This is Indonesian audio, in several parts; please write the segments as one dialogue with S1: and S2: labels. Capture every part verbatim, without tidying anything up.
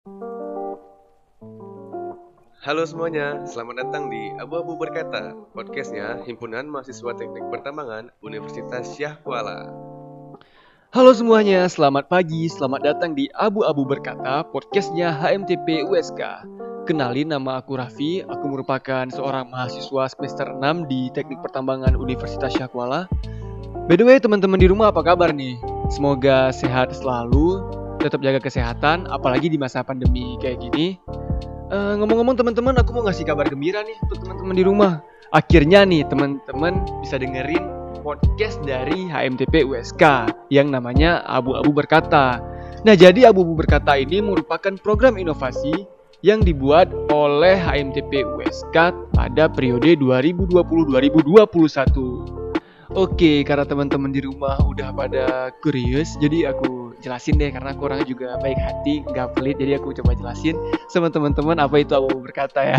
S1: Halo semuanya, selamat datang di Abu-Abu Berkata, podcastnya Himpunan Mahasiswa Teknik Pertambangan Universitas Syah Kuala.
S2: Halo semuanya, selamat pagi, selamat datang di Abu-Abu Berkata, podcastnya H M T P U S K. Kenalin, nama aku Raffi, aku merupakan seorang mahasiswa semester enam di Teknik Pertambangan Universitas Syah Kuala. By the way, teman-teman di rumah apa kabar nih? Semoga sehat selalu, tetap jaga kesehatan, apalagi di masa pandemi kayak gini. Uh, ngomong-ngomong teman-teman, aku mau ngasih kabar gembira nih untuk teman-teman di rumah. Akhirnya nih teman-teman bisa dengerin podcast dari H M T P U S K yang namanya Abu-Abu Berkata. Nah, jadi Abu-Abu Berkata ini merupakan program inovasi yang dibuat oleh H M T P U S K pada periode dua ribu dua puluh sampai dua ribu dua puluh satu. Oke, karena teman-teman di rumah udah pada curious, jadi aku jelasin deh, karena aku orangnya juga baik hati, nggak pelit, jadi aku coba jelasin sama teman-teman apa itu Abu-Abu Berkata ya.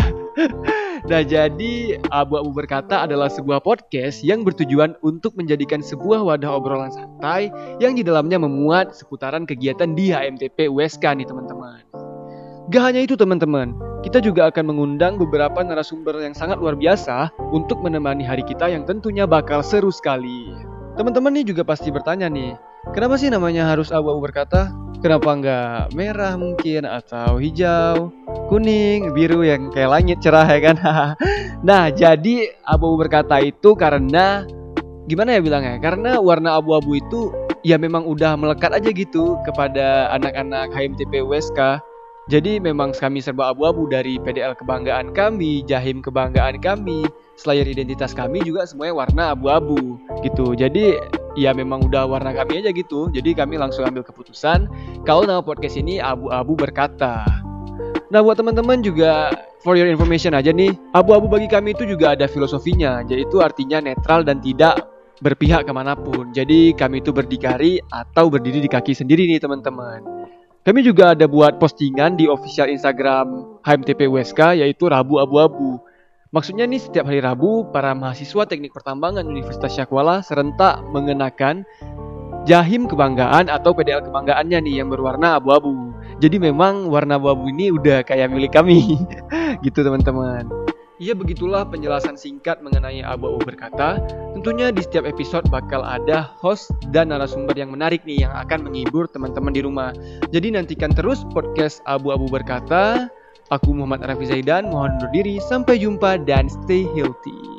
S2: Nah, jadi Abu-Abu Berkata adalah sebuah podcast yang bertujuan untuk menjadikan sebuah wadah obrolan santai yang di dalamnya memuat seputaran kegiatan di H M T P U S K nih teman-teman. Gak hanya itu teman-teman, kita juga akan mengundang beberapa narasumber yang sangat luar biasa untuk menemani hari kita yang tentunya bakal seru sekali. Teman-teman nih juga pasti bertanya nih, kenapa sih namanya harus Abu-Abu Berkata? Kenapa nggak merah mungkin, atau hijau, kuning, biru yang kayak langit cerah ya kan? Nah, jadi Abu-Abu Berkata itu karena, gimana ya bilangnya? Karena warna abu-abu itu ya memang udah melekat aja gitu kepada anak-anak H M T P U S K. Jadi memang kami serba abu-abu, dari P D L kebanggaan kami, Jahim kebanggaan kami, Slayer identitas kami juga semuanya warna abu-abu gitu. Jadi ya memang udah warna kami aja gitu. Jadi kami langsung ambil keputusan kalau nama podcast ini Abu-Abu Berkata. Nah, buat teman-teman juga for your information aja nih, abu-abu bagi kami itu juga ada filosofinya, yaitu artinya netral dan tidak berpihak kemanapun. Jadi kami itu berdikari atau berdiri di kaki sendiri nih teman-teman. Kami juga ada buat postingan di official Instagram H M T P U S K, yaitu Rabu Abu-Abu. Maksudnya nih, setiap hari Rabu para mahasiswa Teknik Pertambangan Universitas Syah Kuala serentak mengenakan Jahim kebanggaan atau P D L kebanggaannya nih yang berwarna abu-abu. Jadi memang warna abu-abu ini udah kayak milik kami. Gitu teman-teman. Ya, begitulah penjelasan singkat mengenai Abu-Abu Berkata. Tentunya di setiap episode bakal ada host dan narasumber yang menarik nih yang akan menghibur teman-teman di rumah. Jadi nantikan terus podcast Abu-Abu Berkata. Aku Muhammad Raffi Zaidan, mohon undur diri, sampai jumpa dan stay healthy.